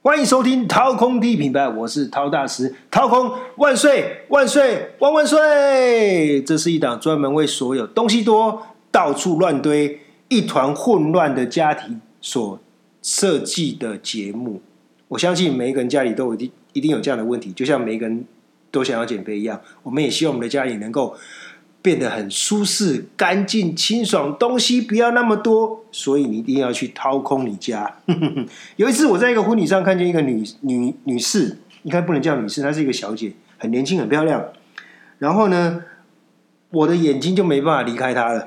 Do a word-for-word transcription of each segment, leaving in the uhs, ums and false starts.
欢迎收听掏空第一品牌，我是掏大师，掏空万岁万岁万万岁！这是一档专门为所有东西多、到处乱堆、一团混乱的家庭所设计的节目。我相信每一个人家里都一定一定有这样的问题，就像每一个人都想要减肥一样，我们也希望我们的家里能够变得很舒适、干净、清爽，东西不要那么多，所以你一定要去掏空你家。有一次我在一个婚礼上看见一个女女女士，应该不能叫女士，她是一个小姐，很年轻、很漂亮。然后呢，我的眼睛就没办法离开她了。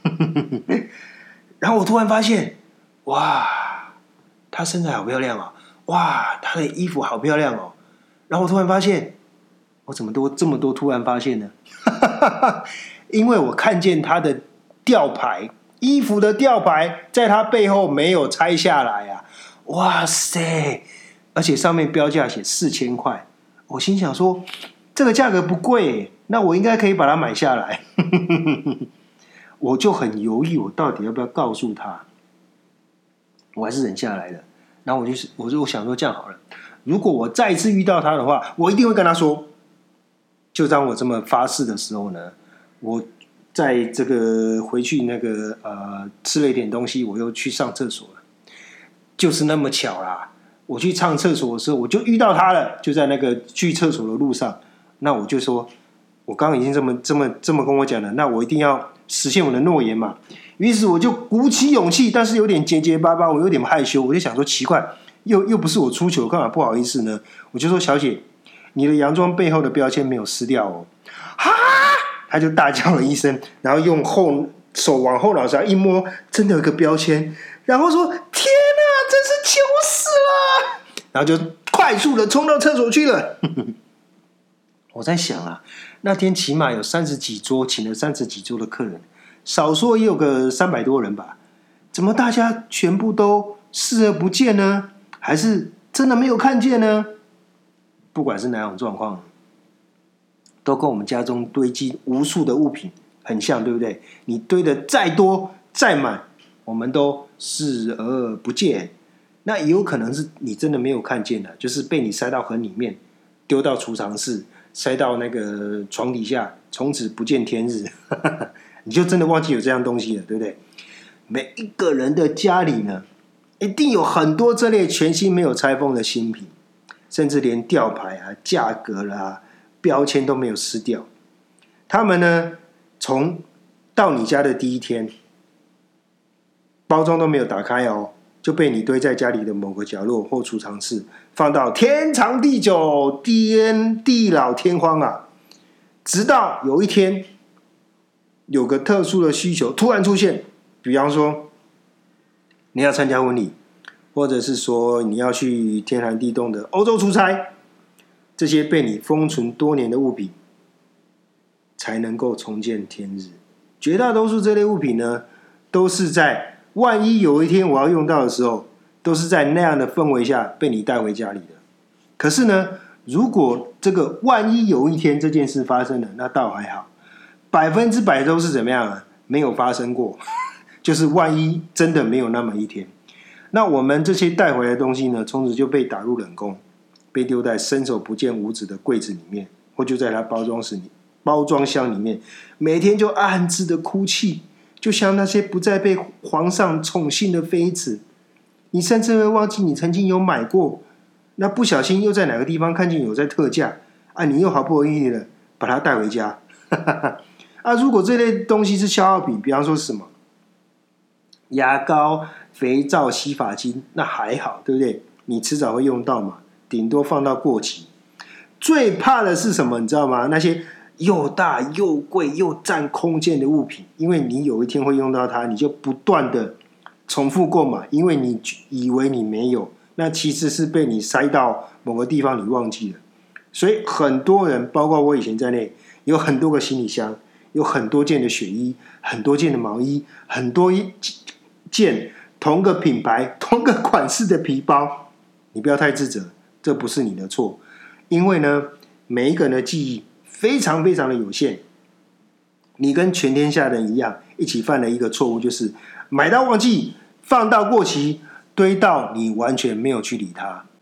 然后我突然发现，哇，她身材好漂亮哦，哇，她的衣服好漂亮哦。然后我突然发现，我怎么多这么多突然发现呢？因为我看见他的吊牌，衣服的吊牌在他背后没有拆下来啊！哇塞！而且上面标价写四千块，我心想说，这个价格不贵，那我应该可以把它买下来。我就很犹豫，我到底要不要告诉他？我还是忍下来了。然后我就我就想说，这样好了，如果我再一次遇到他的话，我一定会跟他说。就当我这么发誓的时候呢，我在这个回去那个呃吃了一点东西，我又去上厕所了。就是那么巧啦，我去上厕所的时候，我就遇到他了，就在那个去厕所的路上。那我就说，我刚刚已经这么这么这么跟我讲了，那我一定要实现我的诺言嘛。于是我就鼓起勇气，但是有点结结巴巴，我有点害羞，我就想说奇怪，又又不是我出糗，干嘛不好意思呢？我就说小姐，你的洋装背后的标签没有撕掉哦！哈，他就大叫了一声，然后用后手往后脑勺一摸，真的有一个标签，然后说：“天哪，真是糗死了！”然后就快速的冲到厕所去了。我在想啊，那天起码有三十几桌，请了三十几桌的客人，少说也有个三百多人吧？怎么大家全部都视而不见呢？还是真的没有看见呢？不管是哪种状况，都跟我们家中堆积无数的物品很像，对不对？你堆的再多再满，我们都视而不见。那也有可能是你真的没有看见的，就是被你塞到盒里面，丢到储藏室，塞到那个床底下，从此不见天日。你就真的忘记有这样东西了，对不对？每一个人的家里呢，一定有很多这类全新没有拆封的新品。甚至连吊牌啊、价格啦、啊、标签都没有撕掉。他们呢，从到你家的第一天，包装都没有打开哦，就被你堆在家里的某个角落或储藏室，放到天长地久、天地老天荒啊！直到有一天，有个特殊的需求突然出现，比方说你要参加婚礼。或者是说你要去天寒地冻的欧洲出差，这些被你封存多年的物品才能够重见天日。绝大多数这类物品呢，都是在万一有一天我要用到的时候，都是在那样的氛围下被你带回家里的。可是呢，如果这个万一有一天这件事发生了，那倒还好，百分之百都是怎么样啊？没有发生过，就是万一真的没有那么一天。那我们这些带回来的东西呢，从此就被打入冷宫，被丢在伸手不见五指的柜子里面，或就在它包装室里、包装箱里面，每天就暗自的哭泣，就像那些不再被皇上宠幸的妃子。你甚至会忘记你曾经有买过，那不小心又在哪个地方看见有在特价啊，你又好不容易的把它带回家。啊，如果这类东西是消耗品，比方说是什么牙膏、肥皂、洗发精，那还好，对不对？你迟早会用到嘛，顶多放到过期。最怕的是什么？你知道吗？那些又大又贵又占空间的物品，因为你有一天会用到它，你就不断的重复购买，因为你以为你没有，那其实是被你塞到某个地方你忘记了。所以很多人，包括我以前在内，有很多个行李箱，有很多件的雪衣，很多件的毛衣，很多件同个品牌、同个款式的皮包。你不要太自责，这不是你的错，因为呢，每一个人的记忆非常非常的有限。你跟全天下人一样，一起犯了一个错误，就是买到忘记，放到过期，堆到你完全没有去理它。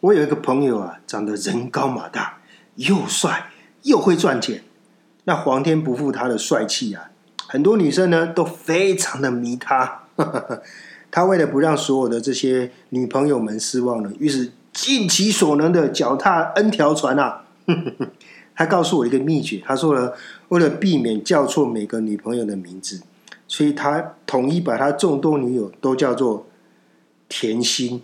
我有一个朋友啊，长得人高马大，又帅又会赚钱，那皇天不负他的帅气啊，很多女生呢都非常的迷他。他为了不让所有的这些女朋友们失望呢，于是尽其所能的脚踏 N 条船啊。他告诉我一个秘诀，他说了，为了避免叫错每个女朋友的名字，所以他统一把他众多女友都叫做甜心。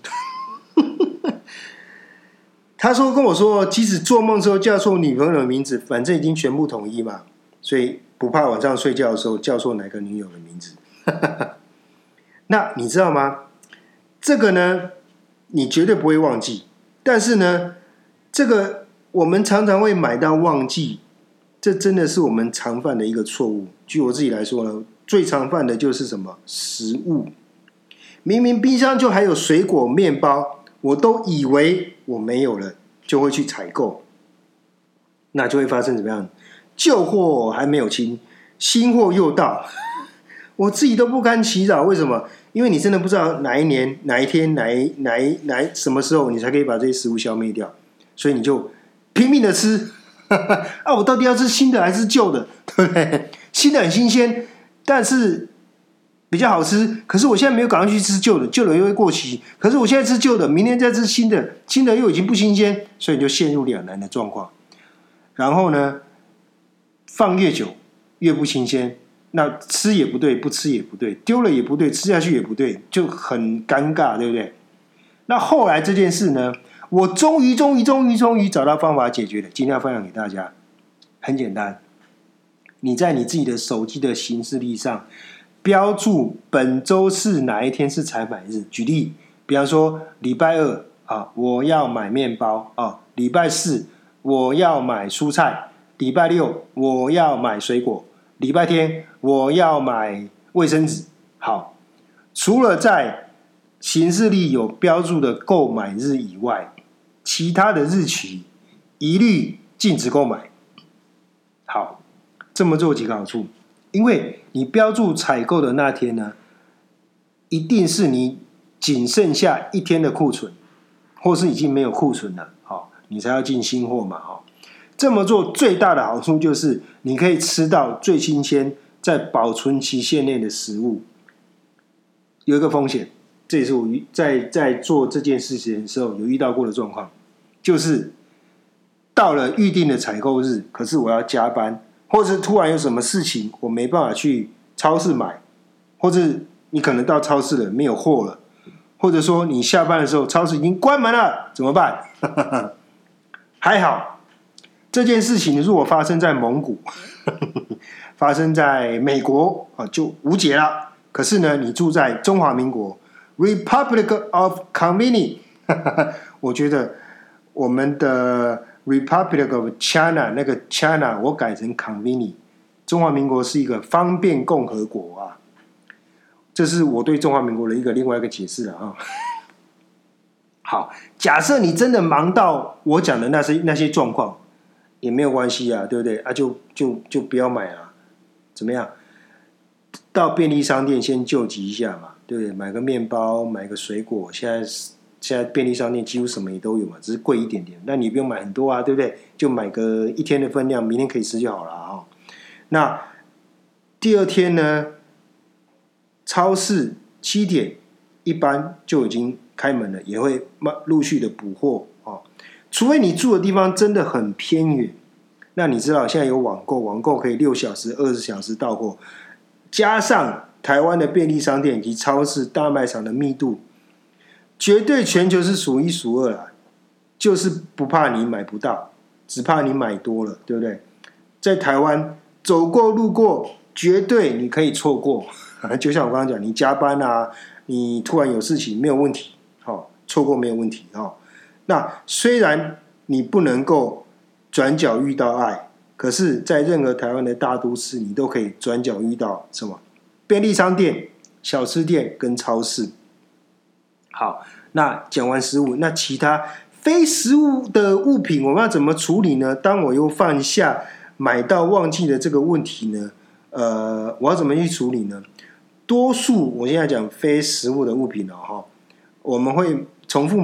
他说跟我说，即使做梦之后叫错女朋友的名字，反正已经全部统一嘛，所以不怕晚上睡觉的时候叫错哪个女友的名字。那你知道吗？这个呢，你绝对不会忘记。但是呢，这个我们常常会买到忘记，这真的是我们常犯的一个错误。据我自己来说呢，最常犯的就是什么？食物。明明冰箱就还有水果、面包，我都以为我没有了，就会去采购。那就会发生怎么样？旧货还没有清，新货又到，我自己都不堪其扰。为什么？因为你真的不知道哪一年、哪一天、哪一、哪一、哪一什么时候，你才可以把这些食物消灭掉，所以你就拼命的吃。啊，我到底要吃新的还是旧的？对不对？新的很新鲜，但是比较好吃。可是我现在没有赶快去吃旧的，旧的又会过期。可是我现在吃旧的，明天再吃新的，新的又已经不新鲜，所以你就陷入两难的状况。然后呢，放越久越不新鲜，那吃也不对，不吃也不对，丢了也不对，吃下去也不对，就很尴尬，对不对？那后来这件事呢，我终于终于终于终于找到方法解决了，今天要分享给大家。很简单，你在你自己的手机的行事历上标注本周是哪一天是采买日。举例，比方说礼拜二啊，我要买面包啊；礼拜四我要买蔬菜；礼拜六我要买水果；礼拜天我要买卫生纸。好，除了在行事历有标注的购买日以外，其他的日期一律禁止购买。好，这么做有几个好处，因为你标注采购的那天呢，一定是你仅剩下一天的库存，或是已经没有库存了，好，你才要进新货嘛。好，这么做最大的好处就是你可以吃到最新鲜、在保存期限内的食物。有一个风险，这也是我在在做这件事情的时候有遇到过的状况，就是到了预定的采购日，可是我要加班，或者突然有什么事情我没办法去超市买，或者你可能到超市了没有货了，或者说你下班的时候超市已经关门了，怎么办？还好，这件事情如果发生在蒙古，发生在美国就无解了。可是呢，你住在中华民国 Republic of Convenience， 我觉得我们的 Republic of China 那个 China 我改成 Convenience， 中华民国是一个方便共和国啊，这是我对中华民国的一个另外一个解释了啊。好，假设你真的忙到我讲的那些那些状况，也没有关系啊，对不对啊？就就就不要买了，怎么样？到便利商店先救急一下嘛，对不对？买个面包，买个水果，现在现在便利商店几乎什么也都有嘛，只是贵一点点。那你不用买很多啊，对不对？就买个一天的分量，明天可以吃就好了啊、哦。那第二天呢，超市七点一般就已经开门了，也会陆续的补货哦。除非你住的地方真的很偏远，那你知道现在有网购，网购可以六小时、二十小时到货。加上台湾的便利商店以及超市、大卖场的密度，绝对全球是数一数二啦。就是不怕你买不到，只怕你买多了，对不对？在台湾走过路过，绝对你可以错过。就像我刚刚讲，你加班啊，你突然有事情没有问题，哦，错过没有问题哦。那虽然你不能够转角遇到爱。可是，在任何台湾的大都市，你都可以转角遇到什么？便利商店、小吃店跟超市。好，那讲完食物，那其他非食物的物品，我们要怎么处理呢？当我又犯下买到忘记的这个问题呢？呃，我要怎么去处理呢？多数我现在讲非食物的物品哦，哈，我们会重复买，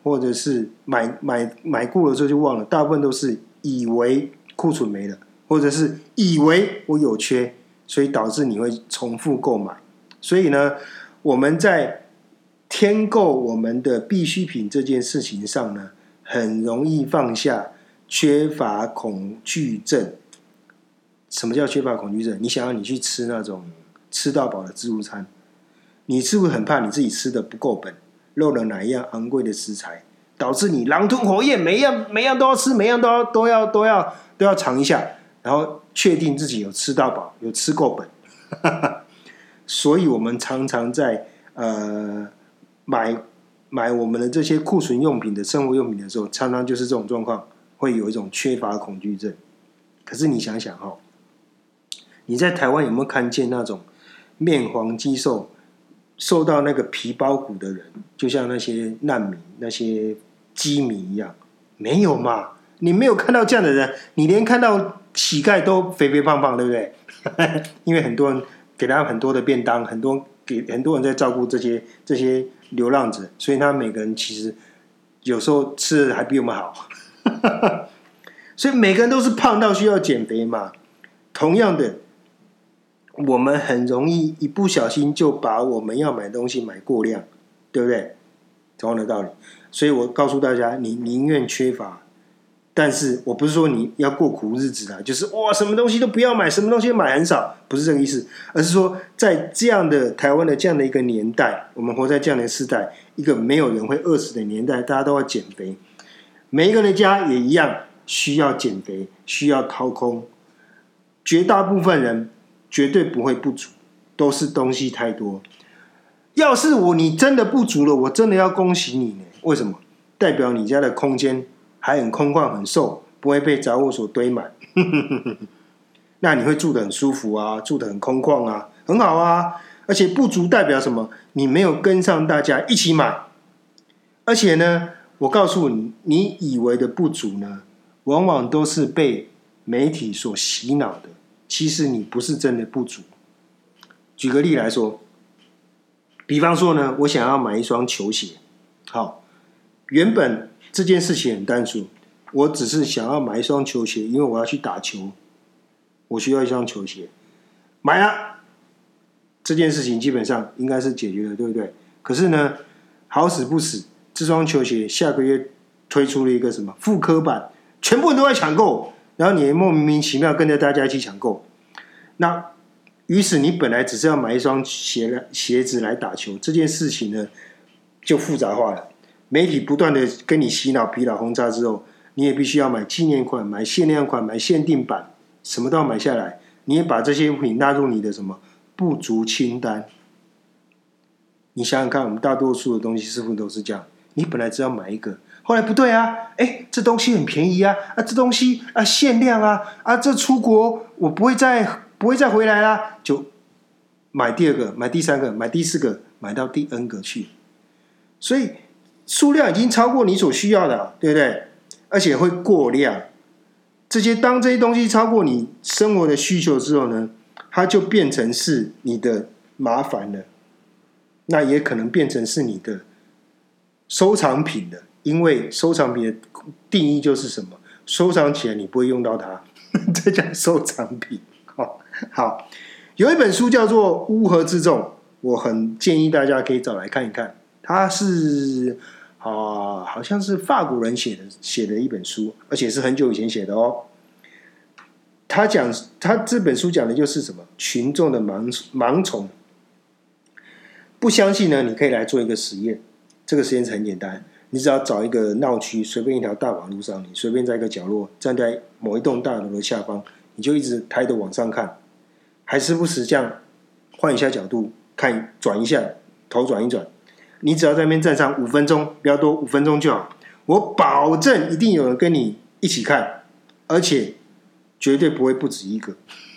或者是买买买过了之后就忘了，大部分都是以为库存没了，或者是以为我有缺，所以导致你会重复购买。所以呢，我们在添购我们的必需品这件事情上呢，很容易放下缺乏恐惧症。什么叫缺乏恐惧症？你想要你去吃那种吃到饱的自助餐，你是不是很怕你自己吃的不够本，漏了哪一样昂贵的食材，导致你狼吞虎咽，每一样每一样都要吃，每一样都要都要都要都要尝一下，然后确定自己有吃到饱，有吃够本。所以我们常常在呃买买我们的这些库存用品的生活用品的时候，常常就是这种状况，会有一种缺乏恐惧症。可是你想想哦，你在台湾有没有看见那种面黄肌瘦、受到那个皮包骨的人，就像那些难民、那些饥民一样？没有嘛？你没有看到这样的人，你连看到乞丐都肥肥胖胖，对不对？因为很多人给他很多的便当，很多给很多人在照顾这些这些流浪者，所以他每个人其实有时候吃的还比我们好。所以每个人都是胖到需要减肥嘛。同样的，我们很容易一不小心就把我们要买的东西买过量，对不对？同样的道理。所以我告诉大家，你宁愿缺乏，但是我不是说你要过苦日子啦，就是哇什么东西都不要买，什么东西买很少，不是这个意思，而是说在这样的台湾的这样的一个年代，我们活在这样的时代，一个没有人会饿死的年代，大家都要减肥，每一个人的家也一样需要减肥，需要掏空。绝大部分人绝对不会不足，都是东西太多。要是我你真的不足了，我真的要恭喜你呢。为什么？代表你家的空间还很空旷很瘦，不会被杂物所堆满。那你会住得很舒服啊，住得很空旷啊，很好啊。而且不足代表什么？你没有跟上大家一起买。而且呢，我告诉你，你以为的不足呢，往往都是被媒体所洗脑的。其实你不是真的不足。举个例来说，比方说呢，我想要买一双球鞋。好，原本这件事情很单纯，我只是想要买一双球鞋，因为我要去打球，我需要一双球鞋，买了，这件事情基本上应该是解决了，对不对？可是呢，好死不死，这双球鞋下个月推出了一个什么复刻版，全部人都在抢购，然后你莫名其妙跟着大家一起抢购，那于是你本来只是要买一双鞋鞋子来打球，这件事情呢就复杂化了。媒体不断的跟你洗脑、疲劳轰炸之后，你也必须要买纪念款、买限量款、买限定版，什么都要买下来。你也把这些物品纳入你的什么不足清单。你想想看，我们大多数的东西是不是都是这样？你本来只要买一个，后来不对啊，哎，这东西很便宜啊，啊，这东西啊限量啊，啊，这出国我不会再不会再回来啦，就买第二个，买第三个，买第四个，买到第 N 个去，所以数量已经超过你所需要的，对不对？而且会过量。这些当这些东西超过你生活的需求之后呢，它就变成是你的麻烦了，那也可能变成是你的收藏品了。因为收藏品的定义就是什么？收藏起来你不会用到它，这叫收藏品。好，好，有一本书叫做《乌合之众》，我很建议大家可以找来看一看。它是啊，好像是法国人写的写的一本书，而且是很久以前写的哦。他讲他这本书讲的就是什么？群众的盲盲从。不相信呢，你可以来做一个实验。这个实验是很简单，你只要找一个闹区，随便一条大马路上，你随便在一个角落，站在某一栋大楼的下方，你就一直抬头往上看，还时不时这样换一下角度看，转一下头，转一转。你只要在那边站上五分钟，不要多，五分钟就好。我保证一定有人跟你一起看，而且绝对不会不止一个。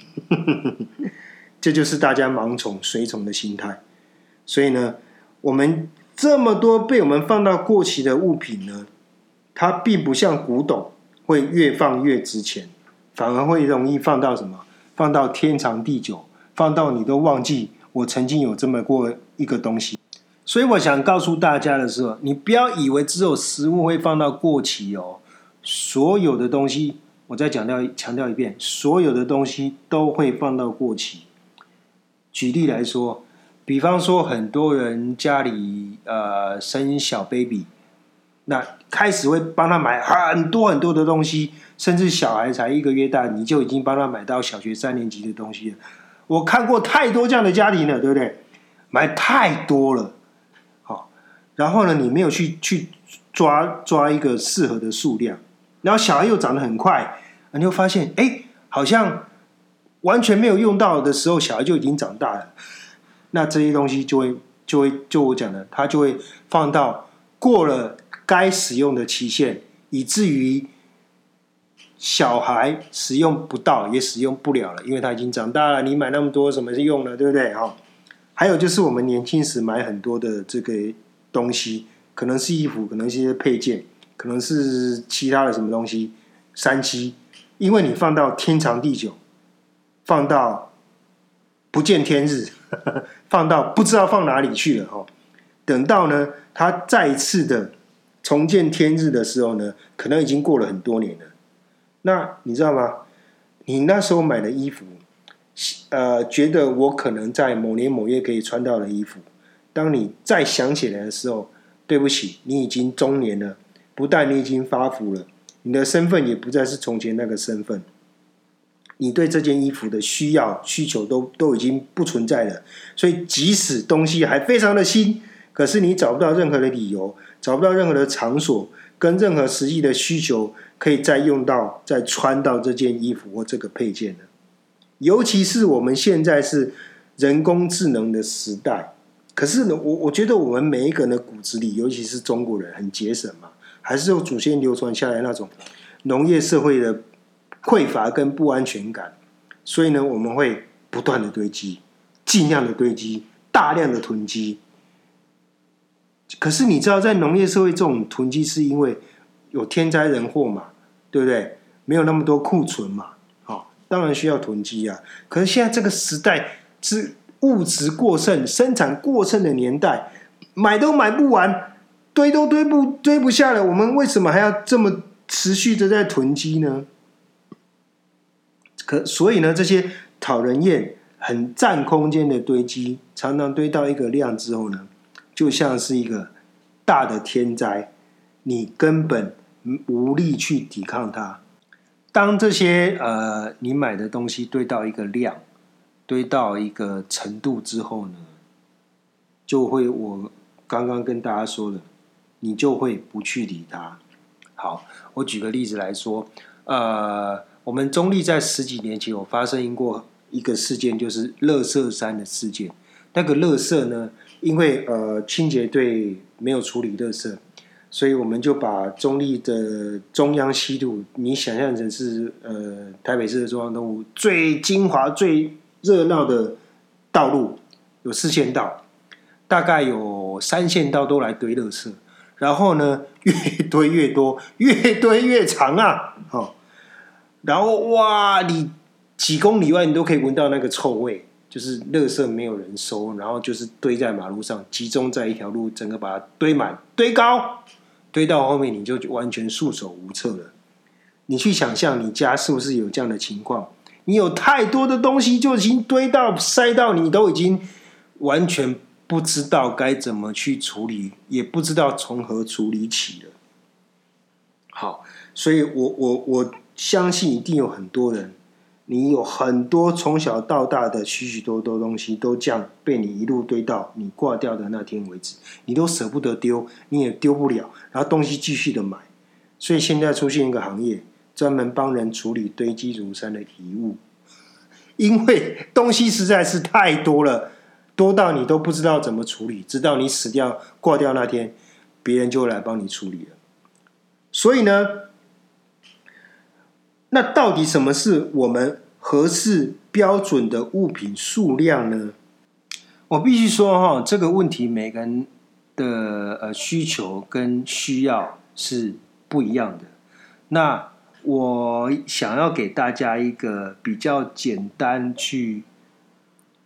这就是大家盲从随从的心态。所以呢，我们这么多被我们放到过期的物品呢，它并不像古董会越放越值钱，反而会容易放到什么？放到天长地久，放到你都忘记我曾经有这么过一个东西。 所以我想告诉大家的是，你不要以为只有食物会放到过期哦，所有的东西，我再强调强调一遍，所有的东西都会放到过期。举例来说，比方说很多人家里呃生小 baby， 那开始会帮他买很多很多的东西，甚至小孩才一个月大，你就已经帮他买到小学三年级的东西了。我看过太多这样的家庭了，对不对？买太多了。然后呢，你没有去去抓抓一个适合的数量，然后小孩又长得很快，你会发现，哎，好像完全没有用到的时候，小孩就已经长大了。那这些东西就会就会就我讲的，它就会放到过了该使用的期限，以至于小孩使用不到，也使用不了了，因为他已经长大了。你买那么多，什么是用了，对不对？哈，还有就是我们年轻时买很多的这个东西，可能是衣服，可能是一些配件，可能是其他的什么东西，三 C， 因为你放到天长地久，放到不见天日，呵呵放到不知道放哪里去了哈。等到呢，它再一次的重见天日的时候呢，可能已经过了很多年了。那你知道吗？你那时候买的衣服，呃，觉得我可能在某年某月可以穿到的衣服。当你再想起来的时候，对不起，你已经中年了，不但你已经发福了，你的身份也不再是从前那个身份，你对这件衣服的需要需求都都已经不存在了。所以即使东西还非常的新，可是你找不到任何的理由，找不到任何的场所跟任何实际的需求可以再用到再穿到这件衣服或这个配件了。尤其是我们现在是人工智能的时代，可是呢，我我觉得我们每一个人的骨子里，尤其是中国人，很节省嘛，还是有祖先流传下来那种农业社会的匮乏跟不安全感，所以呢，我们会不断的堆积，尽量的堆积，大量的囤积。可是你知道，在农业社会这种囤积，是因为有天灾人祸嘛，对不对？没有那么多库存嘛，好、哦，当然需要囤积啊。可是现在这个时代是物质过剩、生产过剩的年代，买都买不完，堆都堆不堆不下了，我们为什么还要这么持续的在囤积呢？可所以呢，这些讨人厌、很占空间的堆积，常常堆到一个量之后呢，就像是一个大的天灾，你根本无力去抵抗它。当这些呃你买的东西堆到一个量，堆到一个程度之后呢，就会我刚刚跟大家说的，你就会不去理它。好，我举个例子来说，呃，我们中立在十几年前有发生过一个事件，就是垃圾山的事件。那个垃圾呢，因为呃清洁队没有处理垃圾，所以我们就把中立的中央西路，你想象成是呃台北市的中央东路最精华、最热闹的道路，有四线道，大概有三线道都来堆垃圾。然后呢，越堆越多，越堆越长啊！哦，然后哇，你几公里外你都可以闻到那个臭味，就是垃圾没有人收，然后就是堆在马路上，集中在一条路，整个把它堆满、堆高，堆到后面你就完全束手无策了。你去想象你家是不是有这样的情况？你有太多的东西就已经堆到塞到你都已经完全不知道该怎么去处理，也不知道从何处理起了。好，所以我我我相信一定有很多人，你有很多从小到大的许许多多东西，都这样被你一路堆到你挂掉的那天为止，你都舍不得丢，你也丢不了，然后东西继续的买。所以现在出现一个行业，专门帮人处理堆积如山的遗物，因为东西实在是太多了。多到你都不知道怎么处理，直到你死掉挂掉那天，别人就会来帮你处理了。所以呢，那到底什么是我们合适标准的物品数量呢？我必须说哈，这个问题每个人的呃需求跟需要是不一样的。那我想要给大家一个比较简单去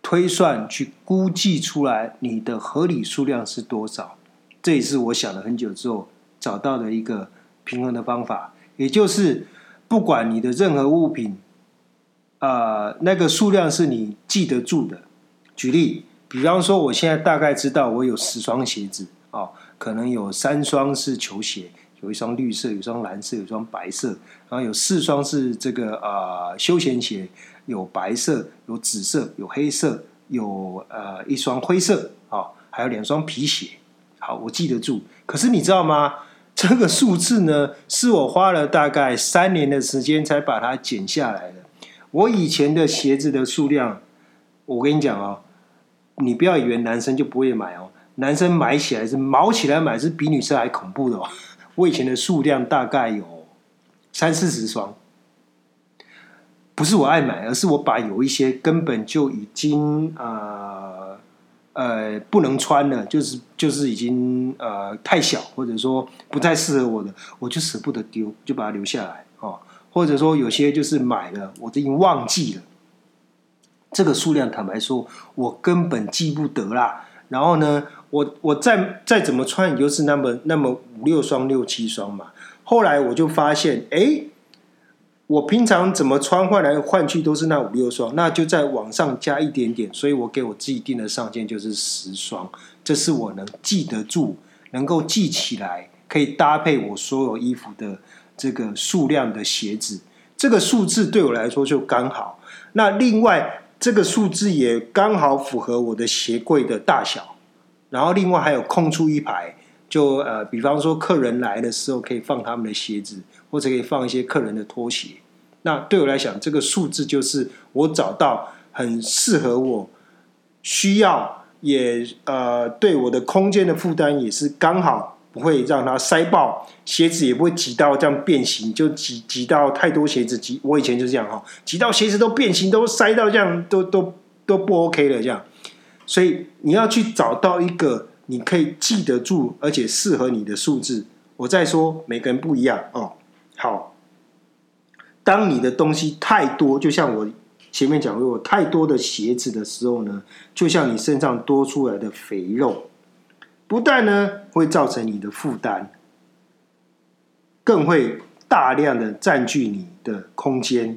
推算、去估计出来你的合理数量是多少。这也是我想了很久之后找到的一个平衡的方法，也就是不管你的任何物品，呃，那个数量是你记得住的。举例，比方说，我现在大概知道我有十双鞋子哦，可能有三双是球鞋，有一双绿色，有一双蓝色，有一双白色，然后有四双是这个呃休闲鞋，有白色，有紫色，有黑色，有呃一双灰色，哦，还有两双皮鞋。好，我记得住。可是你知道吗？这个数字呢，是我花了大概三年的时间才把它减下来的。我以前的鞋子的数量，我跟你讲哦，你不要以为男生就不会买哦，男生买起来是毛起来买，是比女生还恐怖的哦。我以前的数量大概有三四十双，不是我爱买，而是我把有一些根本就已经呃呃不能穿了，就是就是已经呃太小，或者说不太适合我的，我就舍不得丢，就把它留下来哦。或者说有些就是买了，我都已经忘记了。这个数量坦白说，我根本记不得啦。然后呢，我我再再怎么穿，也就是那么那么五六双、六七双嘛。后来我就发现，哎，我平常怎么穿换来换去都是那五六双，那就在往上加一点点。所以我给我自己定的上限就是十双，这是我能记得住、能够记起来，可以搭配我所有衣服的这个数量的鞋子。这个数字对我来说就刚好。那另外，这个数字也刚好符合我的鞋柜的大小，然后另外还有空出一排，就呃，比方说客人来的时候可以放他们的鞋子，或者可以放一些客人的拖鞋。那对我来讲，这个数字就是我找到很适合我需要，也呃对我的空间的负担也是刚好，不会让它塞爆，鞋子也不会挤到这样变形，就挤挤到太多鞋子挤。我以前就是这样哈，挤到鞋子都变形，都塞到这样，都都都不 OK 了这样。所以你要去找到一个你可以记得住而且适合你的数字。我再说，每个人不一样哦。好，当你的东西太多，就像我前面讲过，太多的鞋子的时候呢，就像你身上多出来的肥肉。不但呢会造成你的负担，更会大量的占据你的空间，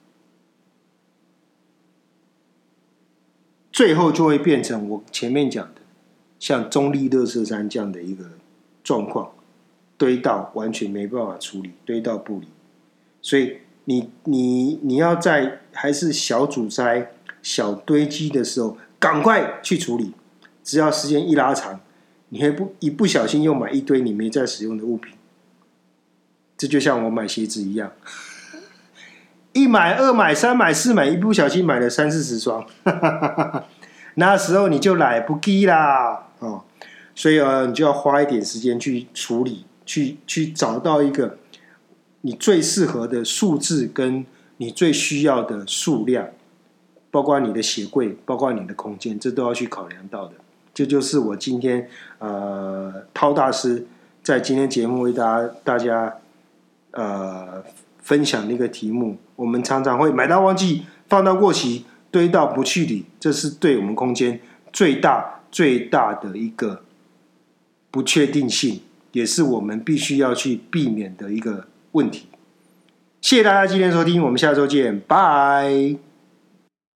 最后就会变成我前面讲的，像中立垃圾山这样的一个状况，堆到完全没办法处理，堆到不理。所以你你你要在还是小组灾、小堆积的时候，赶快去处理，只要时间一拉长。你会不一不小心又买一堆你没在使用的物品，这就像我买鞋子一样，一买、二买、三买、四买，一不小心买了三四十双，那时候你就来不及啦哦，所以呃，你就要花一点时间去处理，去去找到一个你最适合的数字跟你最需要的数量，包括你的鞋柜，包括你的空间，这都要去考量到的。这就是我今天呃涛大师在今天节目为大家大家呃分享的一个题目。我们常常会买到忘记，放到过期，堆到不去理，这是对我们空间最大最大的一个不确定性，也是我们必须要去避免的一个问题。谢谢大家今天收听，我们下周见，拜。